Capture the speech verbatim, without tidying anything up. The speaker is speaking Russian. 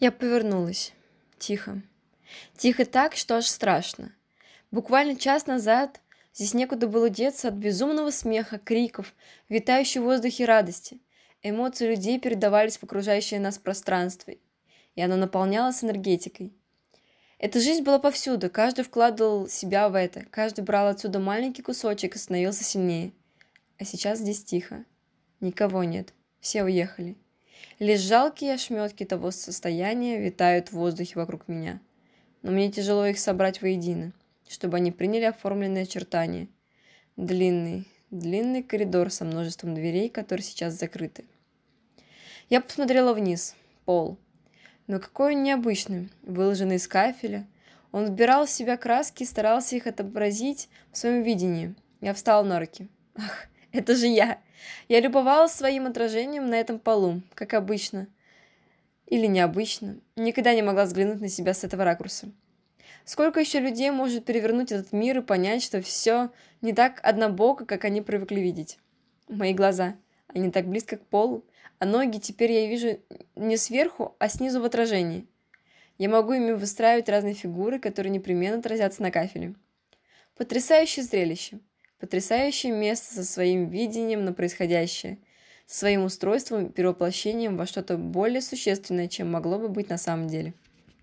Я повернулась. Тихо. Тихо так, что аж страшно. Буквально час назад здесь некуда было деться от безумного смеха, криков, витающей в воздухе радости. Эмоции людей передавались в окружающее нас пространство, и оно наполнялось энергетикой. Эта жизнь была повсюду, каждый вкладывал себя в это, каждый брал отсюда маленький кусочек и становился сильнее. А сейчас здесь тихо. Никого нет, все уехали. Лишь жалкие ошметки того состояния витают в воздухе вокруг меня. Но мне тяжело их собрать воедино, чтобы они приняли оформленные очертания. Длинный, длинный коридор со множеством дверей, которые сейчас закрыты. Я посмотрела вниз. Пол. Но какой он необычный, выложенный из кафеля. Он вбирал в себя краски и старался их отобразить в своем видении. Я встала на руки. Ах, это же я! Я любовалась своим отражением на этом полу, как обычно. Или необычно. Никогда не могла взглянуть на себя с этого ракурса. Сколько еще людей может перевернуть этот мир и понять, что все не так однобоко, как они привыкли видеть? Мои глаза. Они так близко к полу, а ноги теперь я вижу не сверху, а снизу в отражении. Я могу ими выстраивать разные фигуры, которые непременно отразятся на кафеле. Потрясающее зрелище. Потрясающее место со своим видением на происходящее, со своим устройством и перевоплощением во что-то более существенное, чем могло бы быть на самом деле.